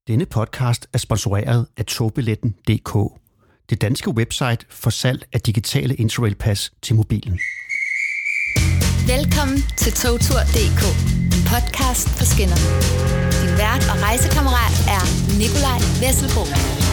Denne podcast er sponsoreret af togbilletten.dk, det danske website for salg af digitale Interrail-pas til mobilen. Velkommen til togtur.dk, en podcast på skinner. Din vært og rejsekammerat er Nikolaj Vesselbo.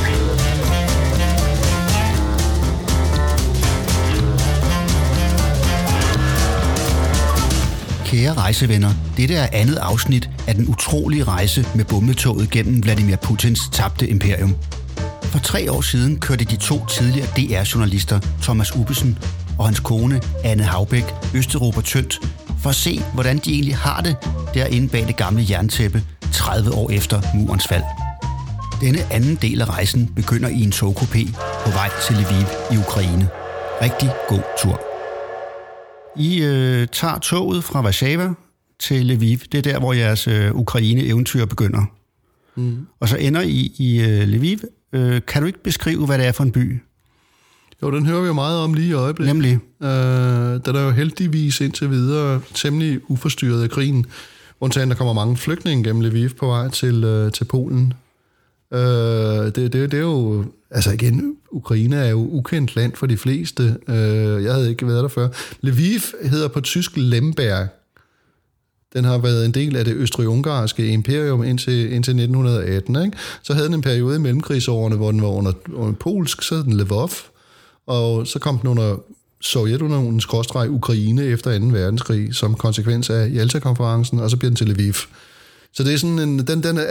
Kære rejsevenner, dette er andet afsnit af den utrolige rejse med bumletoget gennem Vladimir Putins tabte imperium. For 3 år siden kørte de 2 tidligere DR-journalister, Thomas Ubbesen og hans kone, Anne Haubæk, Østeuropa tyndt, for at se, hvordan de egentlig har det derinde bag det gamle jerntæppe 30 år efter murens fald. Denne anden del af rejsen begynder i en togkupé på vej til Lviv i Ukraine. Rigtig god tur. I tager toget fra Warszawa til Lviv. Det er der, hvor jeres Ukraine-eventyr begynder. Og så ender I Lviv. Kan du ikke beskrive, hvad det er for en by? Jo, den hører vi jo meget om lige i øjeblikket. Nemlig? Der er jo heldigvis indtil videre temmelig uforstyrret af krigen. Undtagen, der kommer mange flygtninge gennem Lviv på vej til Polen. Det er jo... Altså igen, Ukraine er jo ukendt land for de fleste. Jeg havde ikke været der før. Lviv hedder på tysk Lemberg. Den har været en del af det østrig-ungarske imperium indtil 1918. Ikke? Så havde den en periode i mellemkrigsårene, hvor den var under polsk, så hed den Lvov. Og så kom den under Sovjetunionens Ukraine efter 2. verdenskrig, som konsekvens af Jalta-konferencen, og så bliver den til Lviv. Så det er sådan en...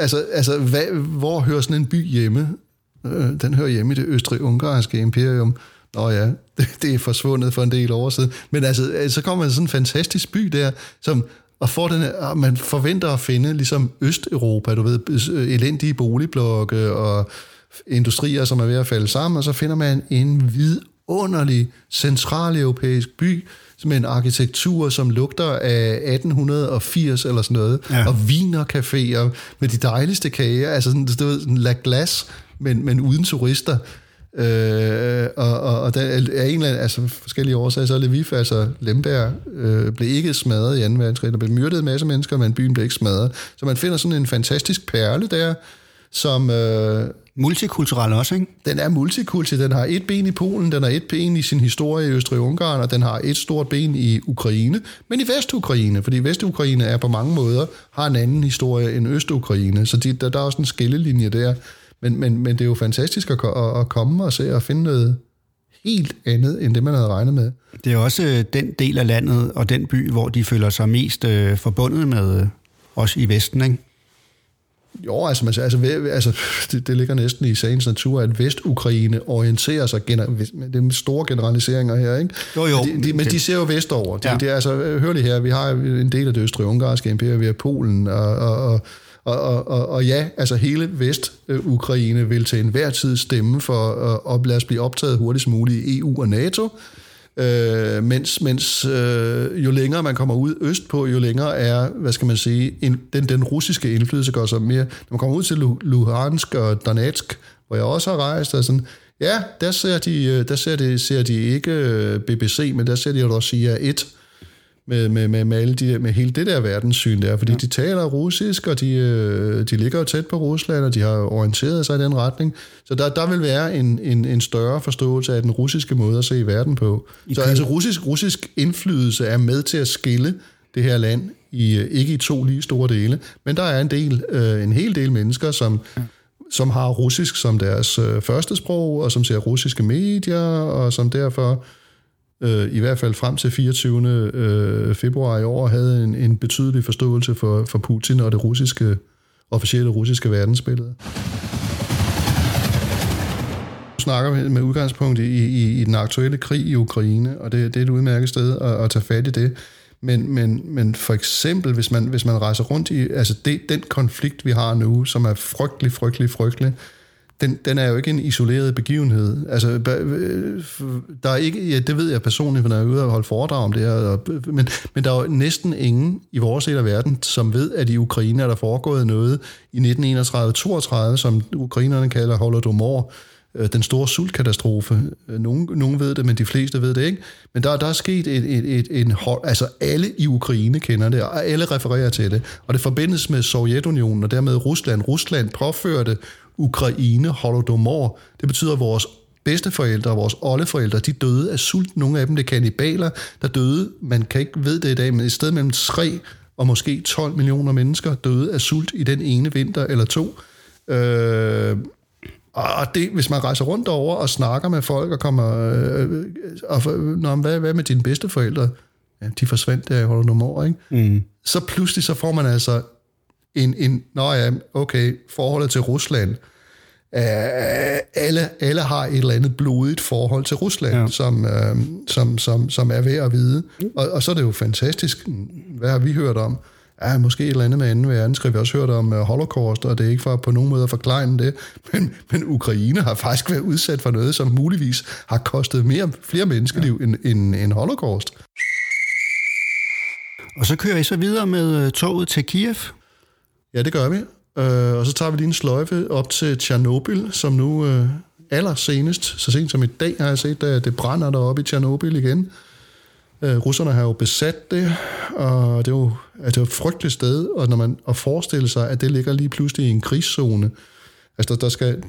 hvor hører sådan en by hjemme? Den hører hjemme i det østrig-ungarske imperium. Nå ja, det er forsvundet for en del år siden. Men altså, så kommer man sådan en fantastisk by der, som... Og får man forventer at finde ligesom Østeuropa, du ved, elendige boligblokke og industrier, som er ved at falde sammen, og så finder man en vidunderlig centraleuropæisk by med en arkitektur, som lugter af 1880 eller sådan noget, ja. Og wienercaféer med de dejligste kager, altså sådan La Glace, men uden turister. Og der er en eller anden, altså forskellige årsager, så Lviv, altså Lemberg, blev ikke smadret i 2. verdenskrig. Der blev myrdet en masse mennesker, men byen blev ikke smadret. Så man finder sådan en fantastisk perle der, som... multikulturel også, ikke? Den er multikulturel. Den har et ben i Polen, den har et ben i sin historie i Østrig-Ungarn, og den har et stort ben i Ukraine, men i Vest-Ukraine, fordi Vest-Ukraine er på mange måder, har en anden historie end Øst-Ukraine, så der er også en skillelinje der. Men det er jo fantastisk at komme og se og finde noget helt andet, end det man havde regnet med. Det er også den del af landet og den by, hvor de føler sig mest forbundet med os i Vesten, ikke? Jo, altså det ligger næsten i sagens natur, at Vest-Ukraine orienterer sig, det er store generaliseringer her, ikke? Jo. Men de ser jo vestover. Ja. Det er altså, hør lige her, vi har en del af det østrig-ungarske imperium, vi har Polen, og ja, altså hele Vest-Ukraine vil til enhver tid stemme for at lade os blive optaget hurtigst muligt i EU og NATO, mens jo længere man kommer ud østpå, jo længere er, hvad skal man sige, den russiske indflydelse går så mere. Når man kommer ud til Luhansk og Donetsk, hvor jeg også har rejst, og sådan, ja, der ser de ikke BBC, men der ser de Russia 1, med alle med hele det der verdenssyn der, fordi de taler russisk, og de ligger jo tæt på Rusland, og de har orienteret sig i den retning. Så der vil være en større forståelse af den russiske måde at se verden på. Så altså russisk indflydelse er med til at skille det her land ikke i 2 lige store dele, men der er en hel del mennesker, som har russisk som deres første sprog, og som ser russiske medier, og som derfor i hvert fald frem til 24. februar i år havde en betydelig forståelse for Putin og det officielle russiske verdensbillede. Du snakker med udgangspunkt i den aktuelle krig i Ukraine, og det er et udmærket sted at tage fat i det. Men for eksempel, hvis man rejser rundt i altså den konflikt, vi har nu, som er frygtelig, den er jo ikke en isoleret begivenhed. Altså, der er ikke, ja, det ved jeg personligt, når jeg er ude og holde foredrag om det her, men der er jo næsten ingen i vores del af verden, som ved, at i Ukraine er der foregået noget i 1931-32, som ukrainerne kalder Holodomor, den store sultkatastrofe. Nogen ved det, men de fleste ved det ikke. Men der er sket altså alle i Ukraine kender det, og alle refererer til det. Og det forbindes med Sovjetunionen og dermed Rusland. Rusland påførte Ukraine holodomor. Det betyder, at vores bedsteforældre og vores oldeforældre, de døde af sult. Nogle af dem, det er kannibaler, der døde, man kan ikke vide det i dag, men i stedet mellem 3 og måske 12 millioner mennesker døde af sult i den ene vinter eller 2. Og det, hvis man rejser rundt over og snakker med folk og kommer... hvad med dine bedsteforældre? Ja, de forsvandt der i holodomor, ikke? Mm. Så pludselig så får man altså forholdet til Rusland. Alle har et eller andet blodigt forhold til Rusland, som er værd at vide. Og så er det jo fantastisk. Hvad har vi hørt om? Ja, måske et eller andet med 2. verdenskrig. Vi har også hørt om Holocaust, og det er ikke for på nogen måde at forklare det. Men Ukraine har faktisk været udsat for noget, som muligvis har kostet flere menneskeliv end Holocaust. Og så kører I så videre med toget til Kiev? Ja, det gør vi. Og så tager vi lige en sløjfe op til Tjernobyl, som nu allersenest, så sent som i dag, har jeg set, at det brænder deroppe i Tjernobyl igen. Russerne har jo besat det, og det er jo et frygteligt sted, og når man forestiller sig, at det ligger lige pludselig i en krigszone. Altså der skal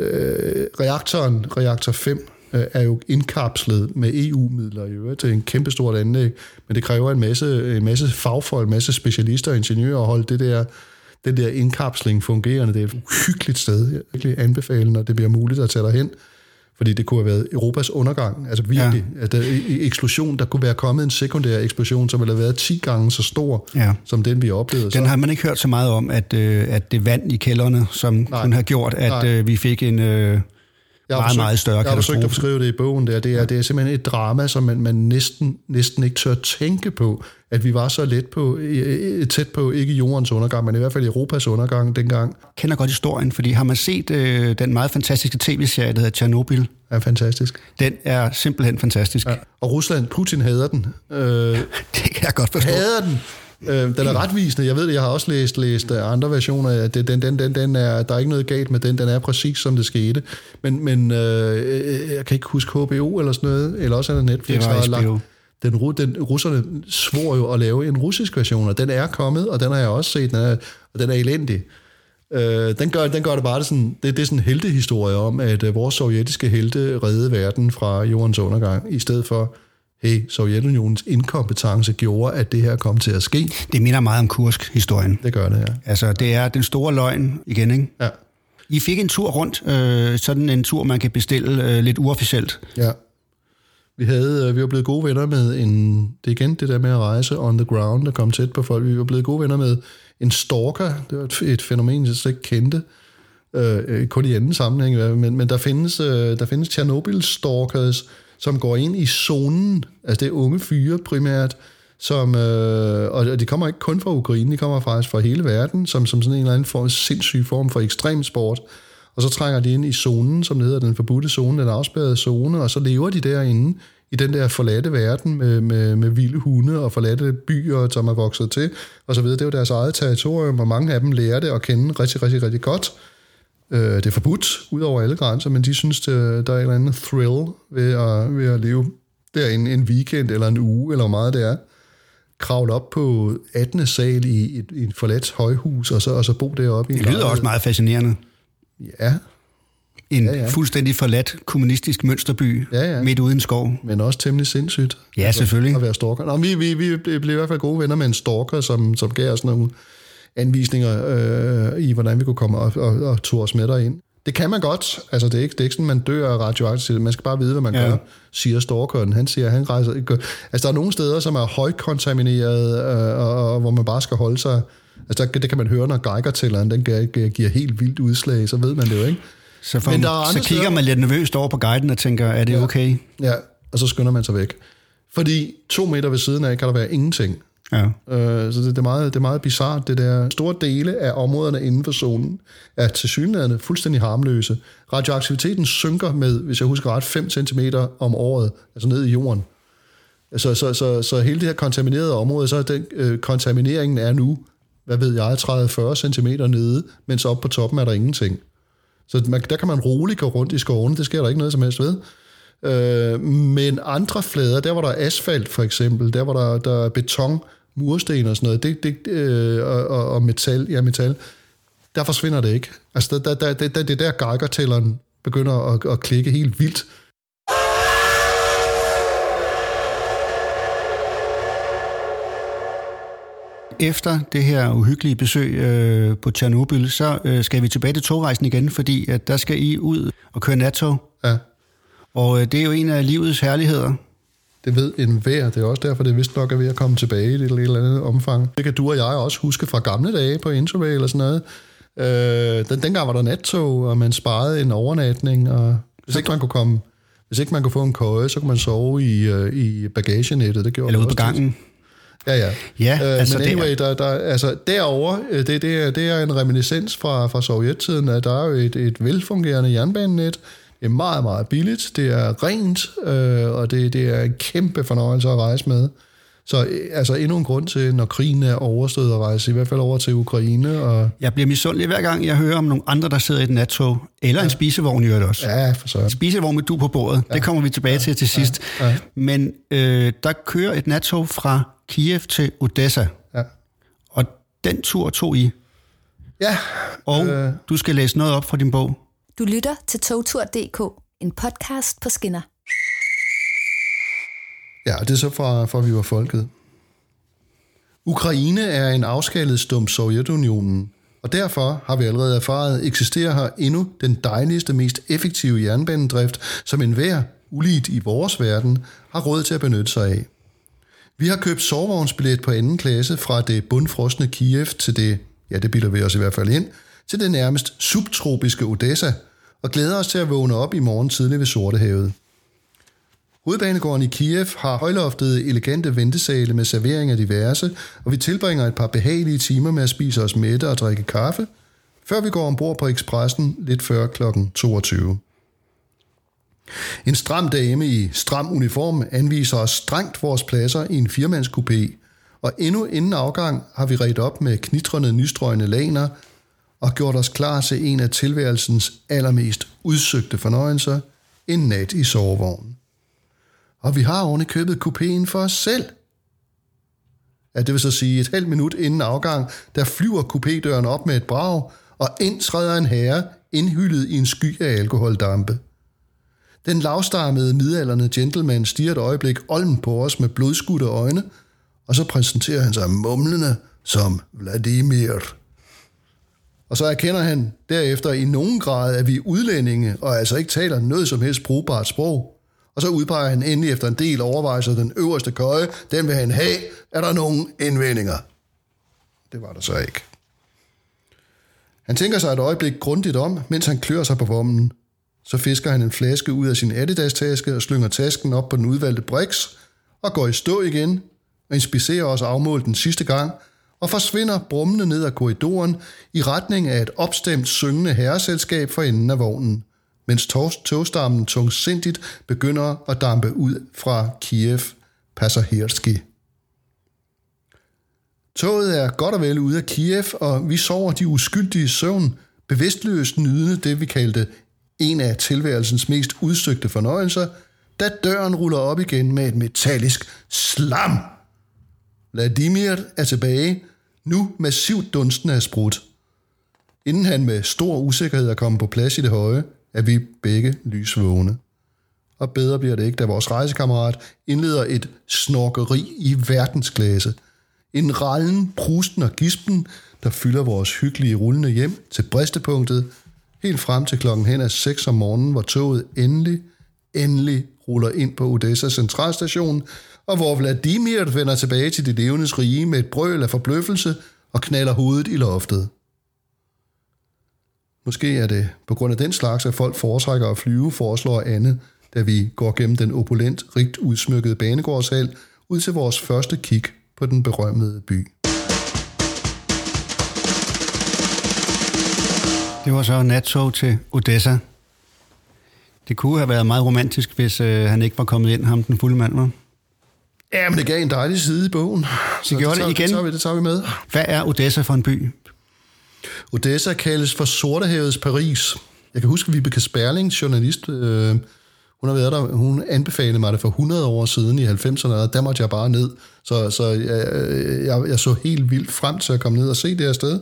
reaktor 5 er jo indkapslet med EU-midler i øvrigt til en kæmpestort anlæg, men det kræver en masse fagfolk, en masse specialister og ingeniører at holde den der indkapsling fungerende. Det er et uhyggeligt sted. Jeg virkelig anbefaler, når det bliver muligt at tage derhen. Fordi det kunne have været Europas undergang. Altså virkelig. Ja. At eksplosion, der kunne være kommet en sekundær eksplosion, som ville have været 10 gange så stor, som den vi oplevede. Den har man ikke hørt så meget om, at det vand i kældrene, som kunne have gjort, at vi fik en meget større katastrofe. Jeg har forsøgt at beskrive det i bogen der. Det er simpelthen et drama, som man næsten ikke tør tænke på, at vi var så tæt på, ikke jordens undergang, men i hvert fald Europas undergang dengang. Jeg kender godt historien, fordi har man set den meget fantastiske tv-serie, der hedder Tjernobyl? Ja, fantastisk. Den er simpelthen fantastisk. Ja. Og Rusland, Putin hader den. Det kan jeg godt forstå. Hader den. Den er retvisende. Jeg ved det, jeg har også læst andre versioner af den er, der er ikke noget galt med den er præcis som det skete. Men jeg kan ikke huske HBO eller sådan noget, eller også er det Netflix, der har lagt. Russerne svor jo at lave en russisk version, og den er kommet, og den har jeg også set, og den er elendig. Den gør det bare det sådan, det er sådan en heltehistorie om, at vores sovjetiske helte reddede verden fra jordens undergang, i stedet for Sovjetunionens inkompetence gjorde, at det her kom til at ske. Det minder meget om Kursk-historien. Det gør det, ja. Altså, det er den store løgn igen, ikke? Ja. I fik en tur rundt, sådan en tur, man kan bestille lidt uofficielt. Ja. Vi var blevet gode venner med det er igen det der med at rejse on the ground, der kom tæt på folk. Vi var blevet gode venner med en stalker. Det var et fænomen, jeg slet ikke kendte. Kun i anden sammenhæng, men der findes Tjernobyl-stalkers, som går ind i zonen. Altså det er unge fyre primært, og de kommer ikke kun fra Ukraine, de kommer faktisk fra hele verden, som sådan en eller anden sindssyg form for ekstremsport. Og så trænger de ind i zonen, som det hedder, den forbudte zone, den afspærrede zone, og så lever de derinde i den der forladte verden med vilde hunde og forladte byer, som er vokset til, og så videre. Det er jo deres eget territorium, og mange af dem lærer det at kende rigtig, rigtig, rigtig godt. Det er forbudt ud over alle grænser, men de synes, der er et eller andet thrill ved at leve derinde en weekend eller en uge, eller hvor meget det er. Kravle op på 18. sal i et forladt højhus, og så bo deroppe. Det lyder også meget fascinerende. Ja. En fuldstændig forladt kommunistisk mønsterby midt ude i en skov. Men også temmelig sindssygt. Ja, selvfølgelig. At være stalker. Nå, vi blev i hvert fald gode venner med en stalker, som gav os nogle anvisninger i, hvordan vi kunne komme og tog os med derind. Det kan man godt. Altså, det er ikke sådan, man dør af radioaktivitet. Man skal bare vide, hvad man gør, siger stalkeren. Han siger, han rejser. Altså, der er nogle steder, som er højkontamineret, og hvor man bare skal holde sig. Altså, det kan man høre, når Geiger-tælleren, den giver helt vildt udslag, så ved man det jo, ikke? Så kigger man lidt nervøst over på guiden og tænker, er det okay? Ja, og så skynder man sig væk. Fordi 2 meter ved siden af kan der være ingenting. Ja. Så det er meget bizarrt, det der. Store dele af områderne inden for zonen er tilsyneladende fuldstændig harmløse. Radioaktiviteten synker med, hvis jeg husker ret, 5 cm om året, altså ned i jorden. Så hele det her kontaminerede område, så den kontamineringen er nu, hvad ved jeg, 30-40 cm nede, mens oppe på toppen er der ingenting. Så der kan man roligt gå rundt i skovene, det sker der ikke noget som helst ved. Men andre flader, der hvor der er asfalt for eksempel, der hvor der er beton, mursten og sådan noget, og metal, der forsvinder det ikke. Altså det er der Geiger-tælleren begynder at klikke helt vildt. Efter det her uhyggelige besøg på Tjernobyl, så skal vi tilbage til togrejsen igen, fordi at der skal I ud og køre nattog. Ja. Og det er jo en af livets herligheder. Det ved enhver. Det er også derfor, det er vist nok er ved at komme tilbage i et eller andet omfang. Det kan du og jeg også huske fra gamle dage på Interrail eller sådan noget. Dengang var der nattog, og man sparede en overnatning, og hvis ikke man kunne få en køje, så kunne man sove i bagagenettet. Det gjorde eller ude på gangen. Ja, altså men anyway, altså derovre, det er en reminiscens fra sovjettiden, at der er jo et velfungerende jernbanenet. Det er meget, meget billigt, det er rent, og det er en kæmpe fornøjelse at rejse med. Så altså endnu en grund til, når krigen er overstået at rejse, i hvert fald over til Ukraine. Og jeg bliver misundelig hver gang, jeg hører om nogle andre, der sidder i et nattog, eller en spisevogn i øvrigt også. Ja, for så. En spisevogn med du på bordet, det kommer vi tilbage til sidst. Ja. Men der kører et nattog fra Kiev til Odessa. Ja. Og den tur tog I. Ja. Og du skal læse noget op fra din bog. Du lytter til togtur.dk, en podcast på skinner. Ja, det er så fra vi var folket. Ukraine er en afskaldet stump Sovjetunionen, og derfor har vi allerede erfaret, eksisterer her endnu den dejligste, mest effektive jernbanedrift, som enhver, uligt i vores verden, har råd til at benytte sig af. Vi har købt sovevognsbillet på anden klasse fra det bundfrosne Kiev til det bilder vi os i hvert fald ind, til det nærmest subtropiske Odessa, og glæder os til at vågne op i morgen tidlig ved Sortehavet. Hovedbanegården i Kiev har højloftede, elegante ventesale med servering af diverse, og vi tilbringer et par behagelige timer med at spise os mætte og drikke kaffe, før vi går ombord på Expressen lidt før kl. 22. En stram dame i stram uniform anviser os strengt vores pladser i en firemandskupé, og endnu inden afgang har vi redt op med knitrende, nystrøgne laner og gjort os klar til en af tilværelsens allermest udsøgte fornøjelser, en nat i sovevognen. Og vi har oven i købet kupéen for os selv. Ja, det vil så sige, et halvt minut inden afgang, der flyver kupédøren op med et brag, og ind træder en herre, indhyllet i en sky af alkoholdampe. Den lavstammede, midaldrende gentleman stiger et øjeblik olden på os med blodskudte øjne, og så præsenterer han sig mumlende som Vladimir. Og så erkender han derefter i nogen grad, at vi er udlændinge, og altså ikke taler noget som helst brugbart sprog. Og så udpeger han endelig efter en del overvejelser den øverste køje. Den vil han have. Er der nogen indvendinger? Det var der så ikke. Han tænker sig et øjeblik grundigt om, mens han klør sig på vommen. Så fisker han en flaske ud af sin Adidas-taske og slynger tasken op på den udvalgte briks og går i stå igen og inspicerer os afmålt den sidste gang og forsvinder brummende ned ad korridoren i retning af et opstemt syngende herreselskab for enden af vognen, mens togstammen tungsindigt begynder at dampe ud fra Kiev Passagerski. Toget er godt og vel ude af Kiev, og vi sover de uskyldige søvn, bevidstløst nydende det, vi kaldte en af tilværelsens mest udsøgte fornøjelser, da døren ruller op igen med et metallisk slam. Vladimir er tilbage, nu massivt dunstende af sprut. Inden han med stor usikkerhed er kommet på plads i det høje, er vi begge lysvågne. Og bedre bliver det ikke, da vores rejsekammerat indleder et snorkeri i verdensklasse. En rallen, prusten og gispen, der fylder vores hyggelige rullende hjem til bristepunktet, helt frem til klokken hen af 6 om morgenen, hvor toget endelig ruller ind på Odessa centralstation, og hvor Vladimir vender tilbage til de levendes rige med et brøl af forbløffelse og knaller hovedet i loftet. Måske er det på grund af den slags, at folk foretrækker at flyve, foreslår Anne, da vi går gennem den opulent, rigt udsmykkede banegårdshal ud til vores første kig på den berømmede by. Det var så nattog til Odessa. Det kunne have været meget romantisk, hvis han ikke var kommet ind, ham den fulde mand, var. Ja, men det gav en dejlig side i bogen. Så gjorde det igen. Det tager vi med. Hvad er Odessa for en by? Odessa kaldes for Sortehavets Paris, Jeg kan huske, at Vibeke Sperling, journalist, hun har været der, hun anbefalede mig det for 100 år siden i 90'erne, og der måtte jeg bare ned. Så jeg så helt vildt frem til at komme ned og se det her sted.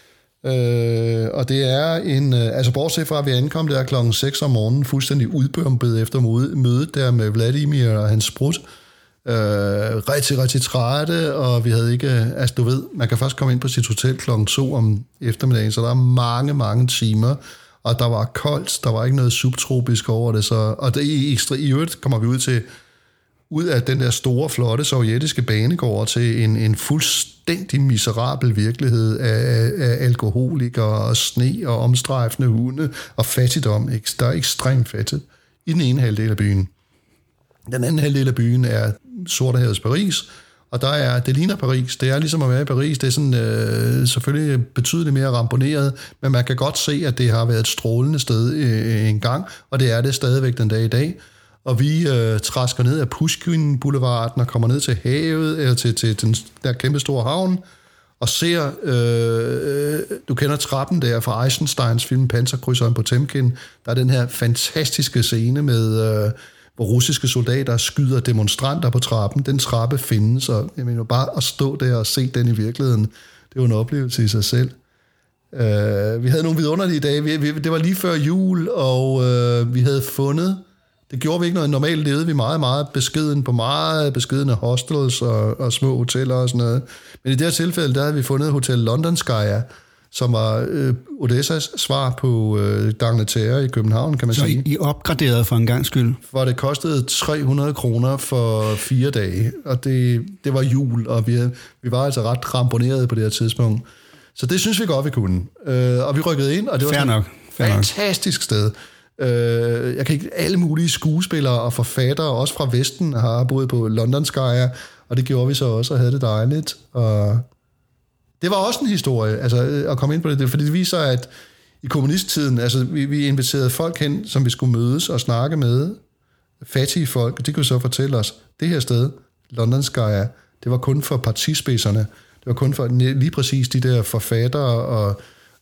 Og det er altså bortset fra, at vi ankom der klokken 6 om morgenen, fuldstændig udbømpet efter mødet der med Vladimir og hans sprut. Rigtig, rigtig trætte, og vi havde ikke, altså du ved, man kan først komme ind på sit hotel klokken 2 om eftermiddagen, så der er mange, mange timer, og der var koldt, der var ikke noget subtropisk over det, så, og det, i øvrigt kommer vi ud af den der store, flotte sovjetiske banegård til en fuldstændig miserabel virkelighed af alkoholikere og sne og omstrejfende hunde og fattigdom, der er ekstremt fattigt i den ene halvdel af byen. Den anden halvdel af byen er Sortehavets Paris, og det ligner Paris. Det er ligesom at være i Paris. Det er sådan, selvfølgelig betydeligt mere ramponeret, men man kan godt se, at det har været et strålende sted en gang, og det er det stadigvæk den dag i dag. Og vi trasker ned af Pushkin Boulevarden og kommer ned til havet, eller til den der kæmpe store havn, og ser, du kender trappen der fra Eisensteins film Panserkrydseren på Temkin. Der er den her fantastiske scene med hvor russiske soldater skyder demonstranter på trappen. Den trappe findes, og jeg mener bare at stå der og se den i virkeligheden, det er jo en oplevelse i sig selv. Vi havde nogle vidunderlige dage. Det var lige før jul, og vi havde fundet, det gjorde vi ikke noget, normalt levede vi meget, meget beskeden på meget beskedne hostels og små hoteller og sådan noget. Men i det her tilfælde, der havde vi fundet Hotel Londonskaya, som var Odessas svar på d'Angleterre i København, kan man sige. Så I opgraderede for en gang skyld? For det kostede 300 kroner for 4 dage, og det var jul, og vi var altså ret ramponerede på det her tidspunkt. Så det synes vi godt, vi kunne. Og vi rykkede ind, og det var sådan et fantastisk sted. Jeg kan ikke, alle mulige skuespillere og forfattere, også fra Vesten, har boet på Londonskaya, og det gjorde vi så også, og havde det dejligt, og det var også en historie, altså at komme ind på det, fordi det viser, at i kommunisttiden, altså vi inviterede folk hen, som vi skulle mødes og snakke med, fattige folk, og de kunne så fortælle os, det her sted, Londonskaya, det var kun for partispidserne, det var kun for lige præcis de der forfattere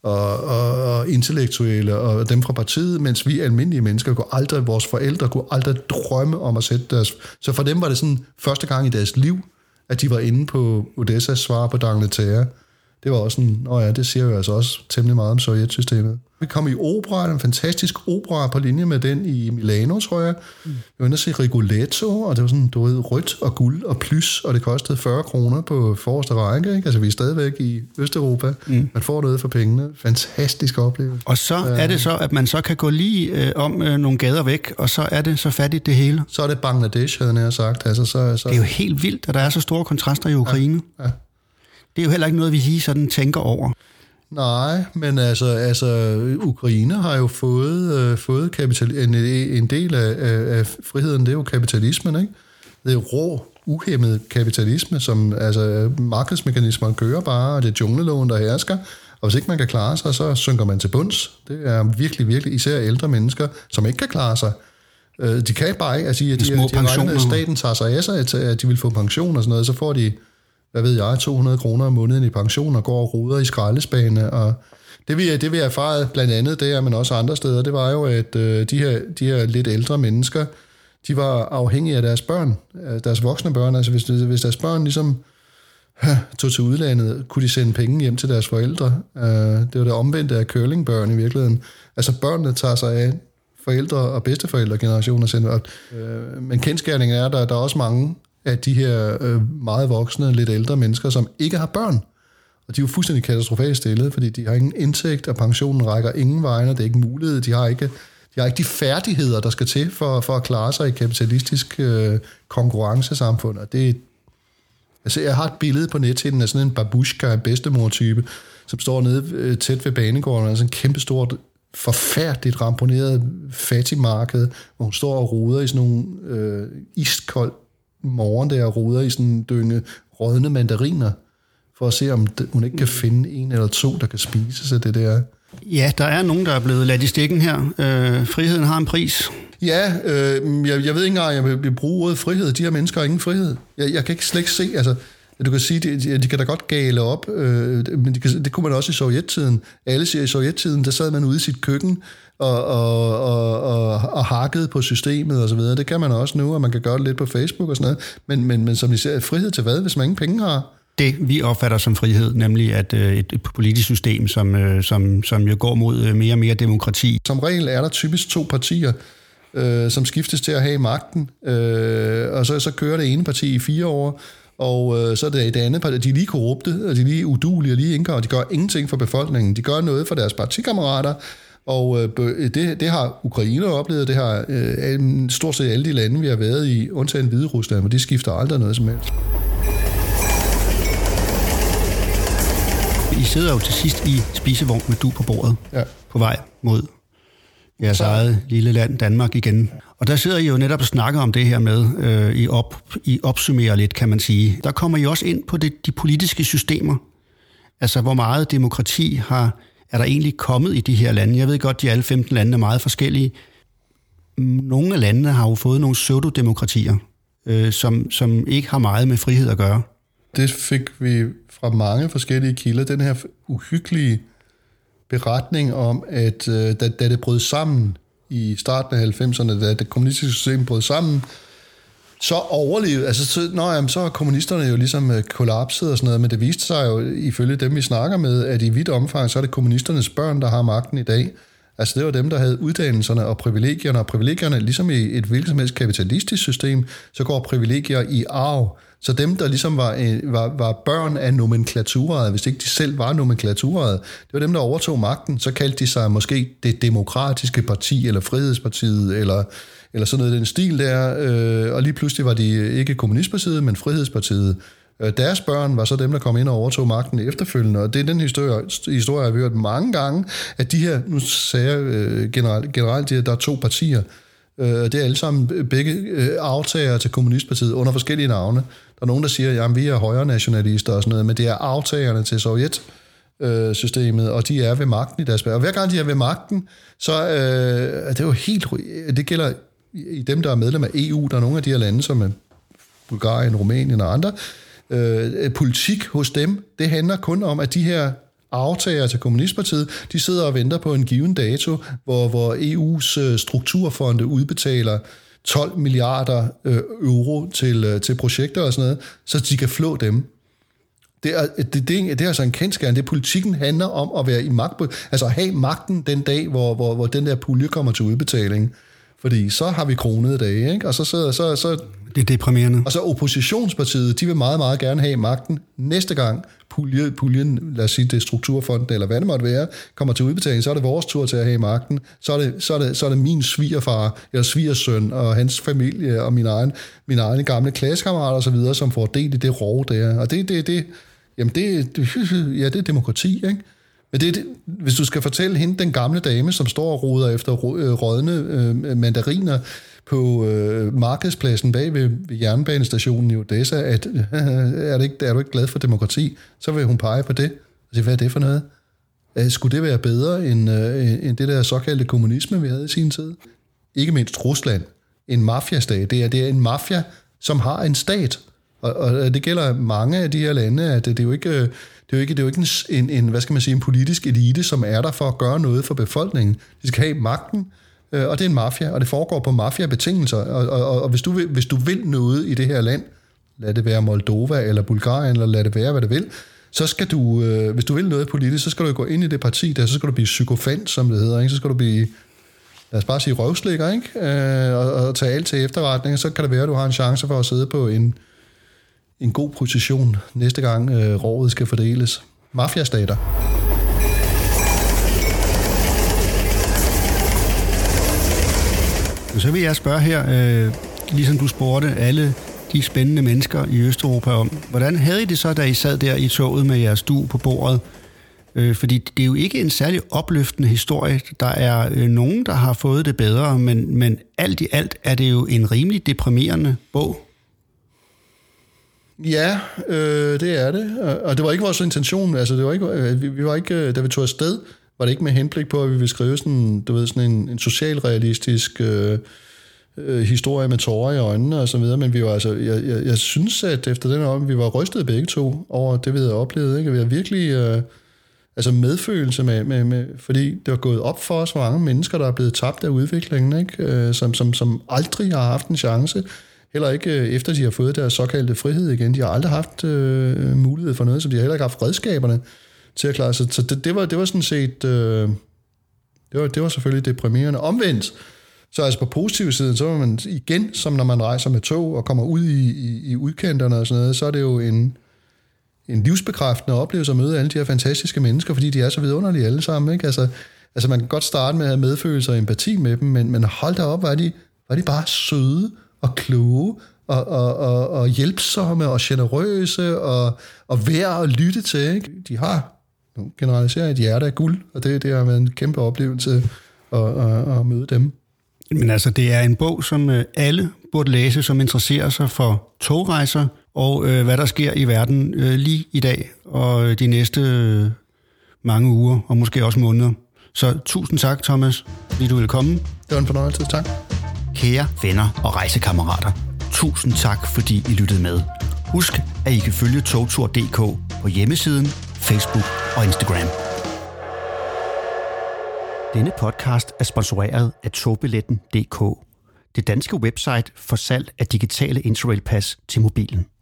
og intellektuelle og dem fra partiet, mens vi almindelige mennesker vores forældre kunne aldrig drømme om at sætte deres. Så for dem var det sådan første gang i deres liv, at de var inde på Odessas svar på d'Angleterre. Det var også sådan, det siger jo altså også temmelig meget om sovjetsystemet. Vi kom i opera, en fantastisk opera på linje med den i Milano, tror jeg. Vi var inde og se Rigoletto, og det var sådan, rødt og guld og plys, og det kostede 40 kroner på forreste række, ikke? Altså vi er stadigvæk i Østeuropa. Man får noget for pengene. Fantastisk oplevelse. Og så er det så, at man så kan gå lige om nogle gader væk, og så er det så fattigt det hele. Så er det Bangladesh, havde jeg sagt. Altså, så det er jo helt vildt, at der er så store kontraster i Ukraine. Ja. Det er jo heller ikke noget, vi lige sådan tænker over. Nej, men altså Ukraine har jo fået en del af friheden, det er jo kapitalismen, ikke? Det er jo rå, uhæmmet kapitalisme, som altså markedsmekanismer kører bare, og det er jungleloven, der hersker, og hvis ikke man kan klare sig, så synker man til bunds. Det er virkelig, virkelig især ældre mennesker, som ikke kan klare sig. De kan bare ikke, altså de staten tager sig af sig, at de vil få pension og sådan noget, så får de 200 kroner om måneden i pension og går og ruder i skraldespane, og det vi erfarede blandt andet der, men også andre steder, det var jo, at de her lidt ældre mennesker, de var afhængige af deres børn, deres voksne børn, altså hvis deres børn ligesom tog til udlandet, kunne de sende penge hjem til deres forældre. Det var det omvendte af curlingbørn i virkeligheden. Altså børnene tager sig af forældre og bedsteforældregenerationer, men kendsgerningen er, at der er også mange af de her meget voksne, lidt ældre mennesker, som ikke har børn. Og de er jo fuldstændig katastrofalt stillet, fordi de har ingen indtægt, og pensionen rækker ingen vegne, det er ikke mulighed. De har ikke de færdigheder, der skal til for at klare sig i kapitalistisk konkurrencesamfund. Og jeg har et billede på nethinden af sådan en babushka, en bedstemor-type, som står nede tæt ved banegården, og sådan en kæmpestort, forfærdeligt ramponeret fattigmarked, hvor hun står og roder i sådan nogle iskold morgen der og roder i sådan en dynge rådne mandariner, for at se, om hun ikke kan finde en eller to, der kan spise sig det der. Ja, der er nogen, der er blevet ladt i stikken her. Friheden har en pris. Ja, jeg ved ikke engang, jeg vil bruge ordet frihed. De her mennesker har ingen frihed. Jeg kan slet ikke se, altså Du kan sige, de kan da godt gale op, men det kunne man også i sovjettiden. Alle siger, i sovjettiden, der sad man ude i sit køkken og hakkede på systemet og så videre. Det kan man også nu, og man kan gøre det lidt på Facebook og sådan noget. Men som vi ser, frihed til hvad, hvis man ingen penge har? Det, vi opfatter som frihed, nemlig at et politisk system, som jo går mod mere og mere demokrati. Som regel er der typisk 2 partier, som skiftes til at have magten, og så kører det ene parti i 4 år, og så er det andet parti, de er lige korrupte, og de er lige uduelige og lige indgår, og de gør ingenting for befolkningen. De gør noget for deres partikammerater, og det har Ukraine oplevet, det har stort set alle de lande, vi har været i, undtagen Hvide Rusland, og de skifter aldrig noget som helst. I sidder jo til sidst i spisevogn med du på bordet, på vej mod jeres eget lille land, Danmark igen. Og der sidder I jo netop og snakker om det her med, I opsummerer lidt, kan man sige. Der kommer I også ind på de politiske systemer. Altså, hvor meget demokrati er der egentlig kommet i de her lande? Jeg ved godt, de alle 15 lande er meget forskellige. Nogle af landene har jo fået nogle pseudodemokratier, som ikke har meget med frihed at gøre. Det fik vi fra mange forskellige kilder. Den her uhyggelige beretning om, at da det brød sammen i starten af 90'erne, da det kommunistiske system brød sammen, så overlevede, så er kommunisterne jo ligesom kollapset og sådan noget, men det viste sig jo, ifølge dem vi snakker med, at i vidt omfang, så er det kommunisternes børn, der har magten i dag. Altså det var dem, der havde uddannelserne og privilegierne, ligesom i et hvilket som helst kapitalistisk system, så går privilegier i arv. Så dem, der ligesom var børn af nomenklaturet, hvis ikke de selv var nomenklaturet, det var dem, der overtog magten, så kaldte de sig måske det demokratiske parti, eller Frihedspartiet, eller sådan noget i den stil der, og lige pludselig var de ikke kommunistpartiet, men Frihedspartiet. Deres børn var så dem, der kom ind og overtog magten efterfølgende, og det er den historie, jeg har hørt mange gange, at de her, nu sagde jeg generelt, der er 2 partier, det er alle sammen begge aftagere til kommunistpartiet under forskellige navne. Der er nogen, der siger, at vi er højre nationalister og sådan noget, men det er aftagerne til Sovjet-systemet, og de er ved magten i deres bag. Og hver gang de er ved magten, så er det jo helt... Det gælder i dem, der er medlem af EU. Der er nogle af de her lande, som er Bulgarien, Rumænien og andre. Politik hos dem, det handler kun om, at de her aftagere til kommunistpartiet, de sidder og venter på en given dato, hvor EU's strukturfonde udbetaler 12 milliarder euro til projekter og sådan noget, så de kan flå dem. Det er altså en kendsgerning. Det politikken handler om at være i magt, altså at have magten den dag, hvor den der pulje kommer til udbetaling. Fordi så har vi kronede dage, ikke? Og så det er deprimerende. Og så oppositionspartiet, de vil meget, meget gerne have magten. Næste gang puljen, lad os sige, det er strukturfonden, eller hvad det måtte være, kommer til udbetaling, så er det vores tur til at have magten. Så er det min svigerfar, eller svigersøn, og hans familie, og min egen gamle klassekammerater og så videre, som får del i det rov der. Og det er demokrati, ikke? Men hvis du skal fortælle hende, den gamle dame, som står og roder efter rådne mandariner på markedspladsen bag ved jernbanestationen i Odessa, at er du ikke glad for demokrati, så vil hun pege på det. Altså, hvad er det for noget? Skulle det være bedre end det der såkaldte kommunisme, vi havde i sin tid? Ikke mindst Rusland. En mafiastat. Det er en mafia, som har en stat. Og det gælder mange af de her lande, at det er jo ikke en hvad skal man sige, en politisk elite, som er der for at gøre noget for befolkningen. De skal have magten, og det er en mafia, og det foregår på mafia-betingelser. Og hvis du vil noget i det her land, lad det være Moldova eller Bulgarien, eller lad det være, hvad det vil, så skal du, hvis du vil noget politisk, så skal du gå ind i det parti der, så skal du blive psykofant, som det hedder, ikke? Så skal du blive, lad os bare sige, røvslikker, ikke? Og tage alt til efterretning, så kan det være, at du har en chance for at sidde på en god position næste gang rådet skal fordeles. Mafiastater. Så vil jeg spørge her, ligesom du spurgte alle de spændende mennesker i Østeuropa om, hvordan havde I det så, da I sad der i toget med jeres stue på bordet? Fordi det er jo ikke en særlig opløftende historie. Der er nogen, der har fået det bedre, men alt i alt er det jo en rimelig deprimerende bog. Ja, det er det. Og det var ikke vores intention. Altså, det var ikke, vi var ikke, da vi tog afsted, var det ikke med henblik på, at vi ville skrive sådan, du ved, sådan en socialrealistisk historie med tårer i øjnene og så videre, men vi var altså, jeg synes, at efter den år, vi var rystet begge to over det, vi havde oplevet, ikke? Vi har virkelig medfølelse med, fordi det var gået op for os, hvor mange mennesker, der er blevet tabt af udviklingen, ikke? Som aldrig har haft en chance, heller ikke efter de har fået deres såkaldte frihed igen. De har aldrig haft mulighed for noget, som de har heller ikke haft redskaberne til at klare sig. Så det var sådan set, det var selvfølgelig deprimerende. Omvendt, så altså på positiv siden, så var man igen, som når man rejser med tog og kommer ud i udkanterne og sådan noget, så er det jo en livsbekræftende oplevelse at møde alle de her fantastiske mennesker, fordi de er så vidunderlige alle sammen, ikke? Altså man kan godt starte med at have medfølelse og empati med dem, men hold da op, var de bare søde og kloge og hjælpsomme og generøse og værd at lytte til, ikke? De har, nu generaliserer jeg, et hjerte af guld, og det har været en kæmpe oplevelse at møde dem. Men altså, det er en bog, som alle burde læse, som interesserer sig for togrejser og hvad der sker i verden lige i dag og de næste mange uger og måske også måneder. Så tusind tak, Thomas, fordi du ville komme. Det var en fornøjelse. Tak. Kære venner og rejsekammerater, tusind tak, fordi I lyttede med. Husk, at I kan følge togtur.dk på hjemmesiden, Facebook og Instagram. Denne podcast er sponsoreret af togbilletten.dk, det danske website for salg af digitale Interrail-pas til mobilen.